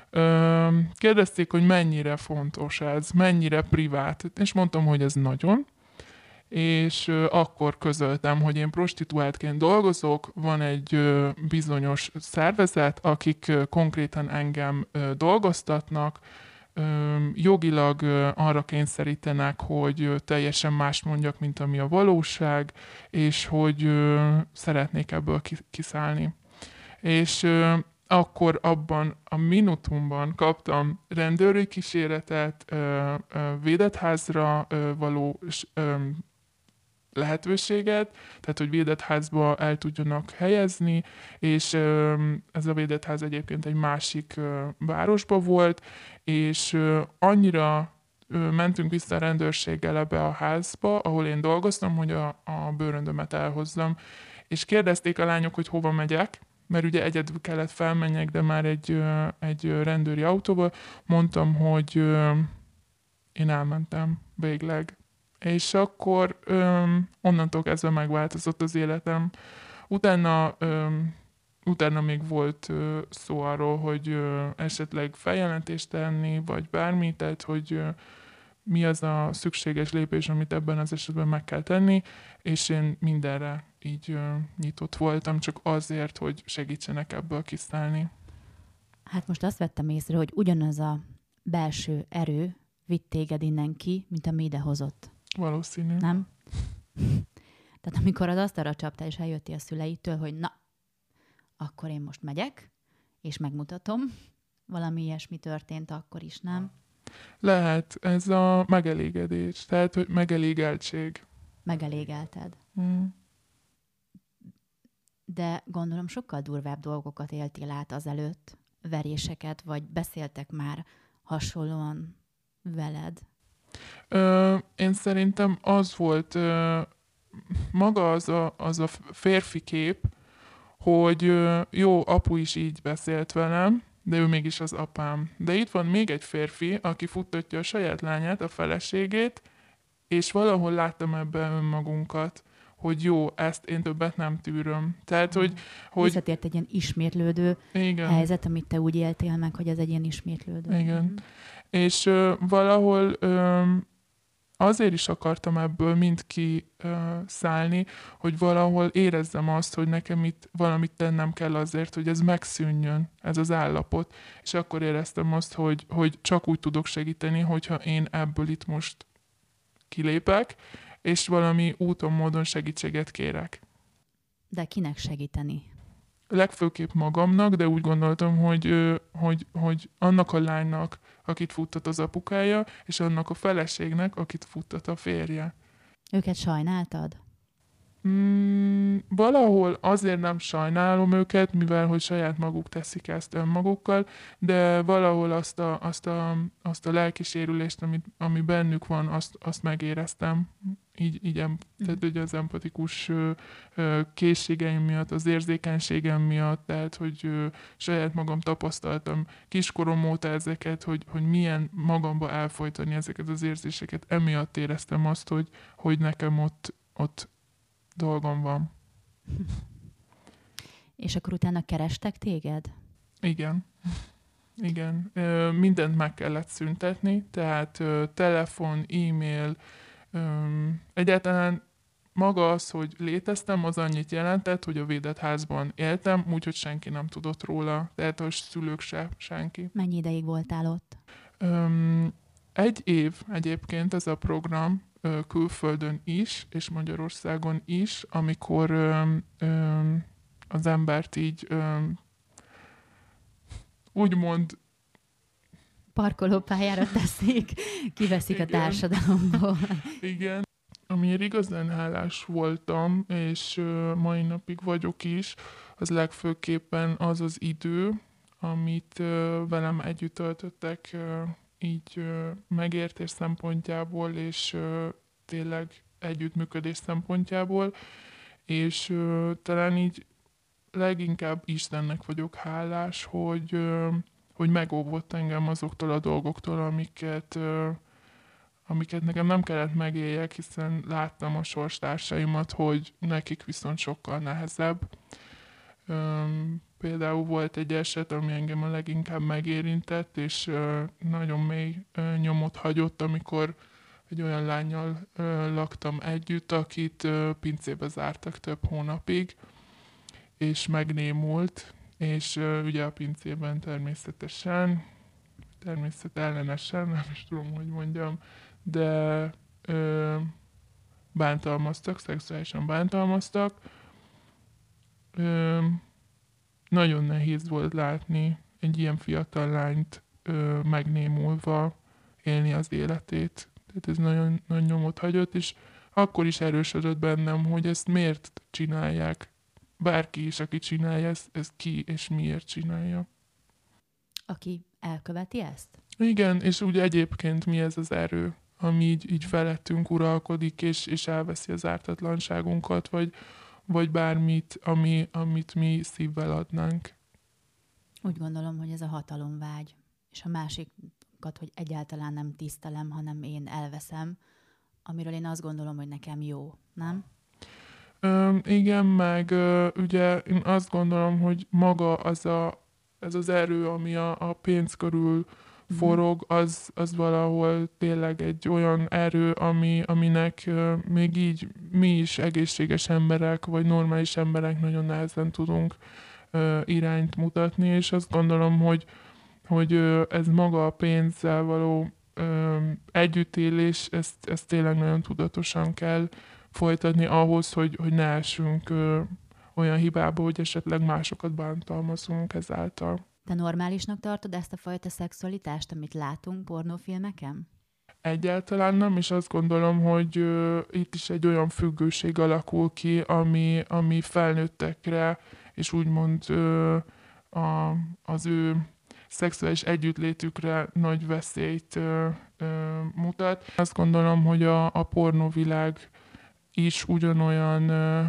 Kérdezték, hogy mennyire fontos ez, mennyire privát, és mondtam, hogy ez nagyon. És akkor közöltem, hogy én prostituáltként dolgozok, van egy bizonyos szervezet, akik konkrétan engem dolgoztatnak, jogilag arra kényszerítenek, hogy teljesen mást mondjak, mint ami a valóság, és hogy szeretnék ebből kiszállni. És akkor abban a minutumban kaptam rendőri kíséretet, védett házra való lehetőséget, tehát hogy védett házba el tudjanak helyezni, és ez a védett ház egyébként egy másik városba volt, és annyira mentünk vissza a rendőrséggel ebbe a házba, ahol én dolgoztam, hogy a, a bőröndömet elhozzam, és kérdezték a lányok, hogy hova megyek, mert ugye egyedül kellett felmenjek, de már egy, egy rendőri autóba. Mondtam, hogy én elmentem végleg. És akkor öm, onnantól kezdve megváltozott az életem. Utána, öm, utána még volt ö, szó arról, hogy ö, esetleg feljelentést tenni, vagy bármi, tehát hogy ö, mi az a szükséges lépés, amit ebben az esetben meg kell tenni, és én mindenre így ö, nyitott voltam, csak azért, hogy segítsenek ebből kiszállni. Hát most azt vettem észre, hogy ugyanaz a belső erő vitt téged innen ki, mint ami ide hozott. Valószínű. Nem? Tehát amikor az asztalra csaptál, és eljöttél a szüleitől, hogy na, akkor én most megyek, és megmutatom, valami ilyesmi történt akkor is, nem? Lehet, ez a megelégedés, tehát, hogy megelégeltség. Megelégelted. Hmm. De gondolom sokkal durvább dolgokat éltél át azelőtt, veréseket, vagy beszéltek már hasonlóan veled? Ö, én szerintem az volt ö, maga az a, az a férfi kép, hogy ö, jó, apu is így beszélt velem, de ő mégis az apám. De itt van még egy férfi, aki futtatja a saját lányát, a feleségét, és valahol láttam ebben önmagunkat, hogy jó, ezt én többet nem tűröm. Tehát, hogy... hogy visszatért egy ilyen ismétlődő igen. helyzet, amit te úgy éltél meg, hogy ez egy ilyen ismétlődő. Igen. Mm. És ö, valahol ö, azért is akartam ebből mind ki ö, szállni, hogy valahol érezzem azt, hogy nekem itt valamit tennem kell azért, hogy ez megszűnjön, ez az állapot. És akkor éreztem azt, hogy, hogy csak úgy tudok segíteni, hogyha én ebből itt most kilépek, és valami úton, módon segítséget kérek. De kinek segíteni? Legfőképp magamnak, de úgy gondoltam, hogy, hogy, hogy annak a lánynak, akit futtat az apukája, és annak a feleségnek, akit futtat a férje. Őket sajnáltad? Mm, valahol azért nem sajnálom őket, mivel hogy saját maguk teszik ezt önmagukkal, de valahol azt a, azt a, azt a lelkisérülést, amit, ami bennük van, azt, azt megéreztem. Így, így em, mm. Tehát ugye az empatikus ö, ö, készségeim miatt, az érzékenységem miatt, tehát hogy ö, saját magam tapasztaltam kiskorom óta ezeket, hogy, hogy milyen magamba elfojtani ezeket az érzéseket. Emiatt éreztem azt, hogy, hogy nekem ott, ott dolgom van. És akkor utána kerestek téged? Igen. Igen. Ö, mindent meg kellett szüntetni, tehát ö, telefon, e-mail, ö, egyáltalán maga az, hogy léteztem, az annyit jelentett, hogy a védett házban éltem, úgyhogy senki nem tudott róla, tehát a szülők se, senki. Mennyi ideig voltál ott? Ö, egy év egyébként ez a program, külföldön is, és Magyarországon is, amikor ö, ö, az embert így ö, úgymond parkolópályára teszik, kiveszik igen. a társadalomból. Igen. Amiért igazán hálás voltam, és ö, mai napig vagyok is, az legfőképpen az az idő, amit ö, velem együtt töltöttek, ö, így ö, megértés szempontjából, és ö, tényleg együttműködés szempontjából, és ö, talán így leginkább Istennek vagyok hálás, hogy, ö, hogy megóvott engem azoktól a dolgoktól, amiket, ö, amiket nekem nem kellett megéljek, hiszen láttam a sorstársaimat, hogy nekik viszont sokkal nehezebb. Ö, Például volt egy eset, ami engem a leginkább megérintett, és ö, nagyon mély ö, nyomot hagyott, amikor egy olyan lánnyal ö, laktam együtt, akit ö, pincébe zártak több hónapig, és megnémult, és ö, ugye a pincében természetesen, természetellenesen, nem is tudom, hogy mondjam, de ö, bántalmaztak, szexuálisan bántalmaztak. Ö, Nagyon nehéz volt látni egy ilyen fiatal lányt ö, megnémulva élni az életét. Tehát ez nagyon nagy nyomot hagyott, és akkor is erősödött bennem, hogy ezt miért csinálják. Bárki is, aki csinálja, ezt, ezt ki és miért csinálja. Aki elköveti ezt? Igen, és úgy egyébként mi ez az erő, ami így, így felettünk uralkodik, és, és elveszi az ártatlanságunkat, vagy, vagy bármit, ami, amit mi szívvel adnánk. Úgy gondolom, hogy ez a hatalomvágy, és a másikat, hogy egyáltalán nem tisztelem, hanem én elveszem, amiről én azt gondolom, hogy nekem jó, nem? Ö, igen, meg ö, ugye én azt gondolom, hogy maga az a, ez az erő, ami a, a pénz körül forog, az, az valahol tényleg egy olyan erő, ami, aminek ö, még így mi is egészséges emberek, vagy normális emberek nagyon nehezen tudunk ö, irányt mutatni, és azt gondolom, hogy, hogy ö, ez maga a pénzzel való ö, együttélés, ezt, ezt tényleg nagyon tudatosan kell folytatni ahhoz, hogy, hogy ne essünk ö, olyan hibába, hogy esetleg másokat bántalmazunk ezáltal. Te normálisnak tartod ezt a fajta szexualitást, amit látunk pornófilmeken? Egyáltalán nem, és azt gondolom, hogy ö, itt is egy olyan függőség alakul ki, ami, ami felnőttekre, és úgymond ö, a, az ő szexuális együttlétükre nagy veszélyt ö, ö, mutat. Azt gondolom, hogy a, a pornóvilág is ugyanolyan ö,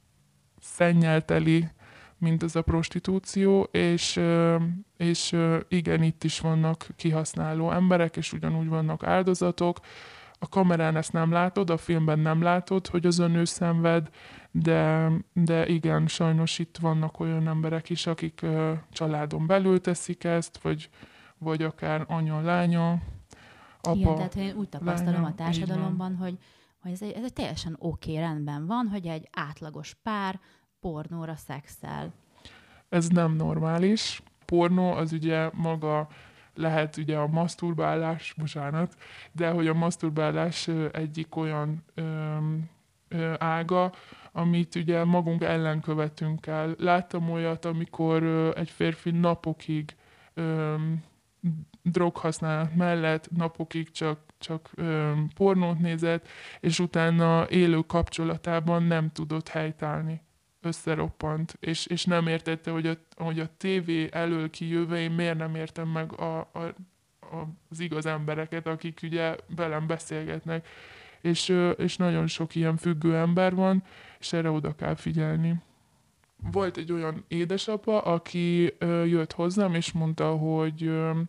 szennyel teli, mint ez a prostitúció, és, ö, és ö, igen, itt is vannak kihasználó emberek, és ugyanúgy vannak áldozatok. A kamerán ezt nem látod, a filmben nem látod, hogy az a nő szenved, de, de igen, sajnos itt vannak olyan emberek is, akik ö, családon belül teszik ezt, vagy, vagy akár anya, lánya, apa, Igen, tehát én úgy tapasztalom lánya, a társadalomban, hogy, hogy ez, egy, ez egy teljesen oké, okay, rendben van, hogy egy átlagos pár pornóra szexel. Ez nem normális. Pornó az ugye maga lehet ugye a maszturbálás, bocsánat, de hogy a maszturbálás ö, egyik olyan ö, ö, ága, amit ugye magunk ellen követünk el. Láttam olyat, amikor ö, egy férfi napokig ö, droghasználat mellett napokig csak, csak ö, pornót nézett, és utána élő kapcsolatában nem tudott helytállni. Összeroppant, és, és nem értette, hogy a, hogy a tévé elől kijövő, én miért nem értem meg a, a, a, az igaz embereket, akik ugye velem beszélgetnek. És, és nagyon sok ilyen függő ember van, és erre oda kell figyelni. Volt egy olyan édesapa, aki ö, jött hozzám, és mondta, hogy ö,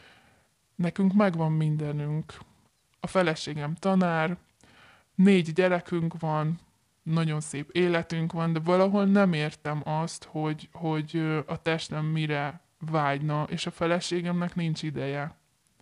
nekünk megvan mindenünk. A feleségem tanár, négy gyerekünk van, nagyon szép életünk van, de valahol nem értem azt, hogy, hogy a testem mire vágyna, és a feleségemnek nincs ideje.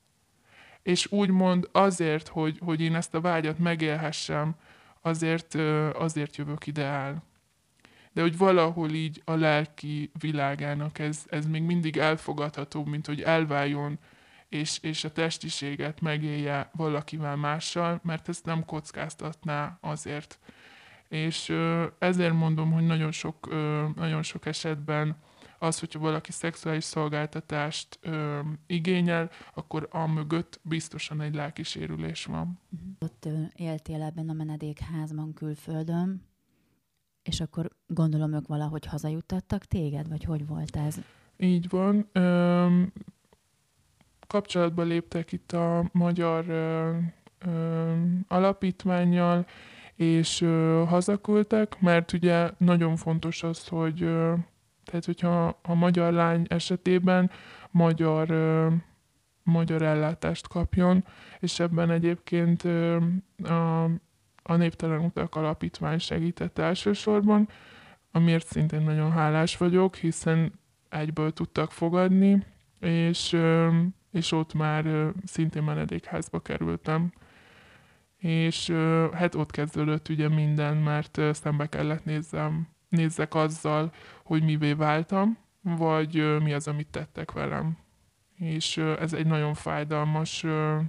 És úgymond azért, hogy, hogy én ezt a vágyat megélhessem, azért, azért jövök ide el. De hogy valahol így a lelki világának ez, ez még mindig elfogadhatóbb, mint hogy elváljon, és, és a testiséget megélje valakivel mással, mert ezt nem kockáztatná azért. És ezért mondom, hogy nagyon sok, nagyon sok esetben az, hogyha valaki szexuális szolgáltatást ö, igényel, akkor amögött biztosan egy lelki sérülés van. Ott ö, éltél ebben a menedékházban külföldön, és akkor gondolom ők valahogy hazajuttattak téged, vagy hogy volt ez? Így van. Ö, kapcsolatba léptek itt a magyar ö, ö, alapítvánnyal, és ö, hazaküldtek, mert ugye nagyon fontos az, hogy ö, tehát, hogyha a magyar lány esetében magyar, ö, magyar ellátást kapjon, és ebben egyébként ö, a, a Névtelen Utak Alapítvány segített elsősorban, amiért szintén nagyon hálás vagyok, hiszen egyből tudtak fogadni, és, és ott már szintén menedékházba kerültem. És hát ott kezdődött ugye minden, mert szembe kellett nézzem, nézzek azzal, hogy mivé váltam, vagy mi az, amit tettek velem. És ez egy nagyon fájdalmas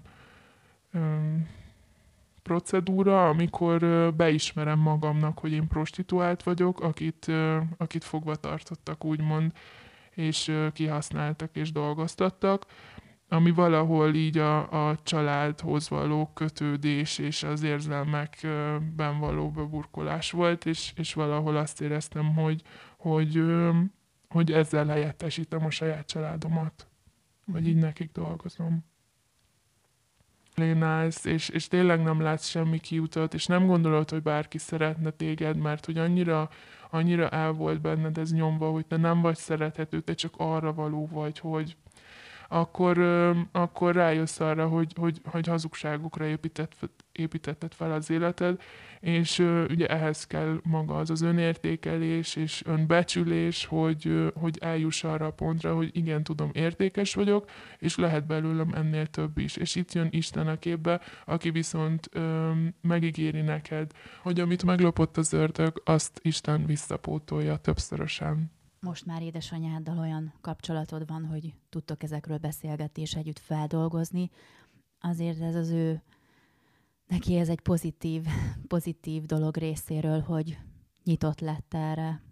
procedúra, amikor beismerem magamnak, hogy én prostituált vagyok, akit, akit fogva tartottak, úgymond, és kihasználtak és dolgoztattak, ami valahol így a, a családhoz való kötődés és az érzelmekben való beburkolás volt, és, és valahol azt éreztem, hogy, hogy, hogy ezzel helyettesítem a saját családomat, vagy így nekik dolgozom. Lénálsz, és, és tényleg nem látsz semmi kiutat, és nem gondolod, hogy bárki szeretne téged, mert hogy annyira, annyira el volt benned ez nyomva, hogy te nem vagy szerethető, te csak arra való vagy, hogy akkor, akkor rájössz arra, hogy, hogy, hogy hazugságokra épített, építetted fel az életed, és ugye ehhez kell maga az az önértékelés és önbecsülés, hogy, hogy eljuss arra a pontra, hogy igen, tudom, értékes vagyok, és lehet belőlem ennél több is. És itt jön Isten a képbe, aki viszont ö, megígéri neked, hogy amit meglopott az ördög, azt Isten visszapótolja többszörösen. Most már édesanyáddal olyan kapcsolatod van, hogy tudtok ezekről beszélgetni és együtt feldolgozni. Azért ez az ő, neki ez egy pozitív, pozitív dolog részéről, hogy nyitott lett erre.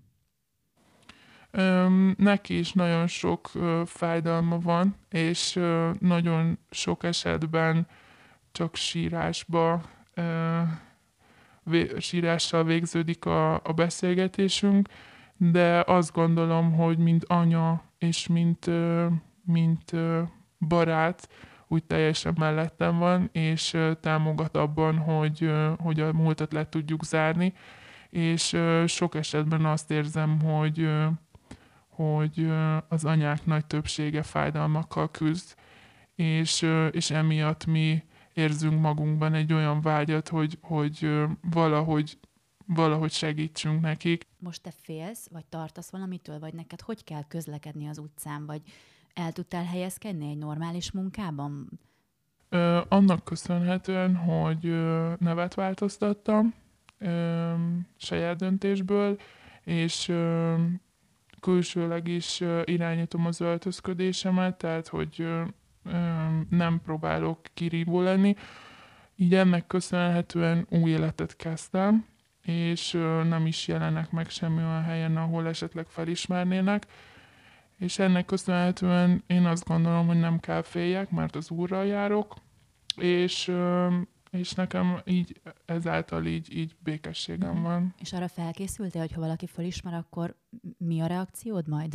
Öm, neki is nagyon sok ö, fájdalma van, és ö, nagyon sok esetben csak sírásba, ö, vé, sírással végződik a, a beszélgetésünk, de azt gondolom, hogy mint anya és mint, mint barát úgy teljesen mellettem van, és támogat abban, hogy, hogy a múltat le tudjuk zárni, és sok esetben azt érzem, hogy, hogy az anyák nagy többsége fájdalmakkal küzd, és, és emiatt mi érzünk magunkban egy olyan vágyat, hogy, hogy valahogy valahogy segítsünk nekik. Most te félsz, vagy tartasz valamitől, vagy neked hogy kell közlekedni az utcán, vagy el tudtál helyezkedni egy normális munkában? Ö, annak köszönhetően, hogy ö, nevet változtattam ö, saját döntésből, és ö, külsőleg is ö, irányítom az öltözködésemet, tehát hogy ö, ö, nem próbálok kirívó lenni. Így ennek köszönhetően új életet kezdtem, és nem is jelenek meg semmi olyan helyen, ahol esetleg felismernének. És ennek köszönhetően én azt gondolom, hogy nem kell féljek, mert az Úrral járok, és, és nekem így ezáltal így, így békességem van. És arra felkészültél, hogy ha valaki felismer, akkor mi a reakciód majd?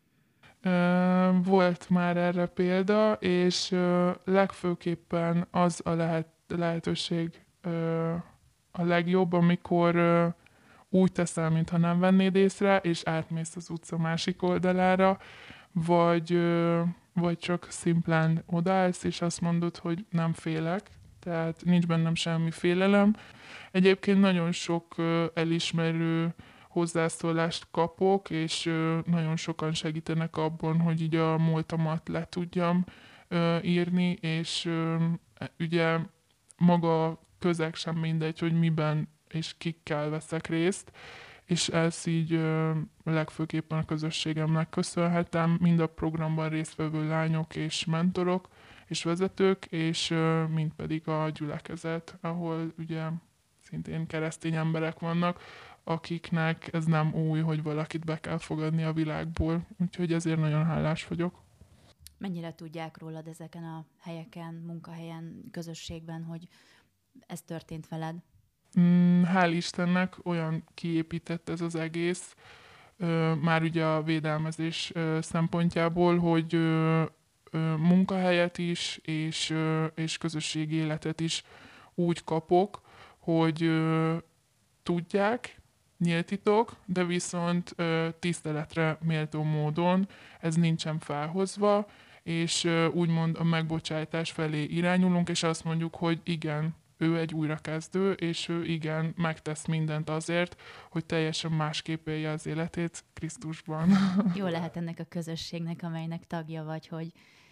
Volt már erre példa, és legfőképpen az a lehet, lehetőség a legjobb, amikor uh, úgy teszel, mintha nem vennéd észre, és átmész az utca másik oldalára, vagy, uh, vagy csak szimplán odaállsz, és azt mondod, hogy nem félek, tehát nincs bennem semmi félelem. Egyébként nagyon sok uh, elismerő hozzászólást kapok, és uh, nagyon sokan segítenek abban, hogy így a múltamat le tudjam uh, írni, és uh, ugye maga közeg sem mindegy, hogy miben és kikkel veszek részt, és ezt így ö, legfőképpen a közösségemnek köszönhetem, mind a programban résztvevő lányok és mentorok és vezetők, és ö, mind pedig a gyülekezet, ahol ugye szintén keresztény emberek vannak, akiknek ez nem új, hogy valakit be kell fogadni a világból, úgyhogy ezért nagyon hálás vagyok. Mennyire tudják rólad ezeken a helyeken, munkahelyen, közösségben, hogy ez történt veled? Hál' Istennek olyan kiépített ez az egész, már ugye a védelmezés szempontjából, hogy munkahelyet is és, és közösségi életet is úgy kapok, hogy tudják, nyílt titok, de viszont tiszteletre méltó módon ez nincsen felhozva, és úgymond a megbocsátás felé irányulunk, és azt mondjuk, hogy igen, ő egy újrakezdő, és ő igen, megtesz mindent azért, hogy teljesen másképp élje az életét Krisztusban. Jó lehet ennek a közösségnek, amelynek tagja vagy, hogy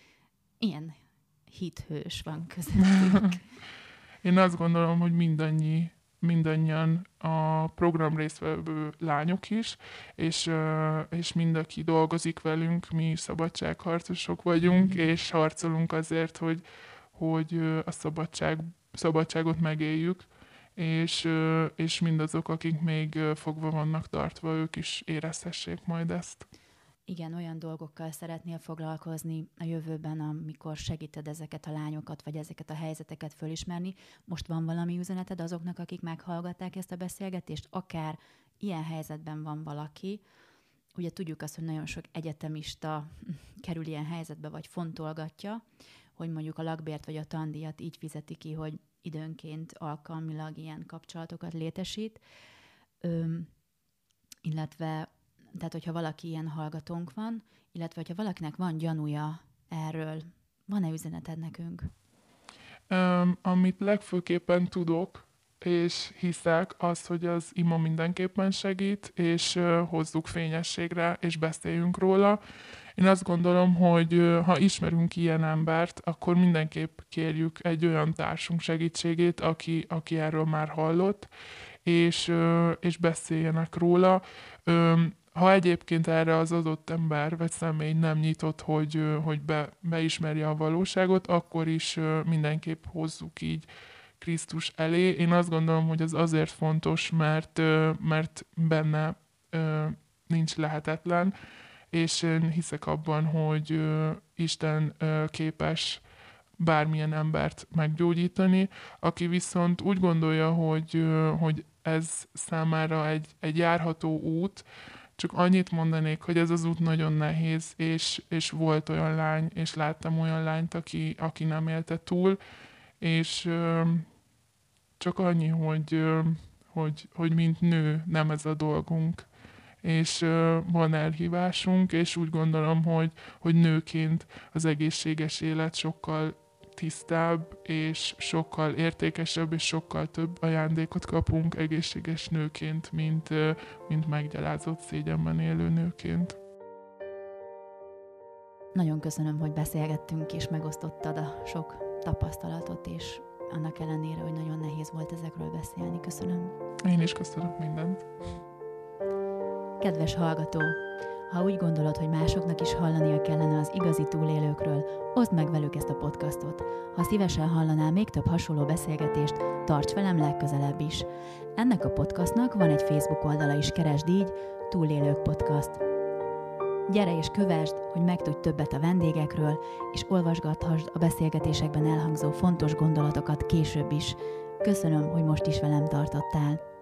ilyen hithős van közöttünk. Én azt gondolom, hogy mindannyi, mindannyian a program résztvevő lányok is, és, és mind, aki dolgozik velünk, mi szabadságharcosok vagyunk, mm-hmm. és harcolunk azért, hogy, hogy a szabadság, szabadságot megéljük, és, és mindazok, akik még fogva vannak tartva, ők is érezhessék majd ezt. Igen, olyan dolgokkal szeretnél foglalkozni a jövőben, amikor segíted ezeket a lányokat, vagy ezeket a helyzeteket fölismerni. Most van valami üzeneted azoknak, akik meghallgatták ezt a beszélgetést, akár ilyen helyzetben van valaki. Ugye tudjuk azt, hogy nagyon sok egyetemista kerül ilyen helyzetbe, vagy fontolgatja, hogy mondjuk a lakbért vagy a tandíjat így fizeti ki, hogy időnként alkalmilag ilyen kapcsolatokat létesít. Öm, illetve Tehát, hogyha valaki ilyen hallgatónk van, illetve hogyha valakinek van gyanúja erről, van-e üzeneted nekünk? Um, amit legfőképpen tudok, és hiszek, az, hogy az ima mindenképpen segít, és uh, hozzuk fényességre, és beszéljünk róla. Én azt gondolom, hogy uh, ha ismerünk ilyen embert, akkor mindenképp kérjük egy olyan társunk segítségét, aki, aki erről már hallott, és, uh, és beszéljenek róla. Um, Ha egyébként erre az adott ember vagy személy nem nyitott, hogy, hogy be, beismerje a valóságot, akkor is mindenképp hozzuk így Krisztus elé. Én azt gondolom, hogy ez azért fontos, mert, mert benne nincs lehetetlen, és én hiszek abban, hogy Isten képes bármilyen embert meggyógyítani, aki viszont úgy gondolja, hogy, hogy ez számára egy, egy járható út. Csak annyit mondanék, hogy ez az út nagyon nehéz, és, és volt olyan lány, és láttam olyan lányt, aki, aki nem élte túl, és ö, csak annyi, hogy, ö, hogy, hogy mint nő nem ez a dolgunk, és ö, van elhívásunk, és úgy gondolom, hogy, hogy nőként az egészséges élet sokkal tisztább, és sokkal értékesebb, és sokkal több ajándékot kapunk egészséges nőként, mint, mint meggyalázott szégyenben élő nőként. Nagyon köszönöm, hogy beszélgettünk, és megosztottad a sok tapasztalatot, és annak ellenére, hogy nagyon nehéz volt ezekről beszélni. Köszönöm. Én is köszönöm mindent. Kedves hallgató! Ha úgy gondolod, hogy másoknak is hallania kellene az igazi túlélőkről, oszd meg velük ezt a podcastot. Ha szívesen hallanál még több hasonló beszélgetést, tarts velem legközelebb is. Ennek a podcastnak van egy Facebook oldala is, keresd így, Túlélők Podcast. Gyere és kövesd, hogy megtudj többet a vendégekről, és olvasgathasd a beszélgetésekben elhangzó fontos gondolatokat később is. Köszönöm, hogy most is velem tartottál.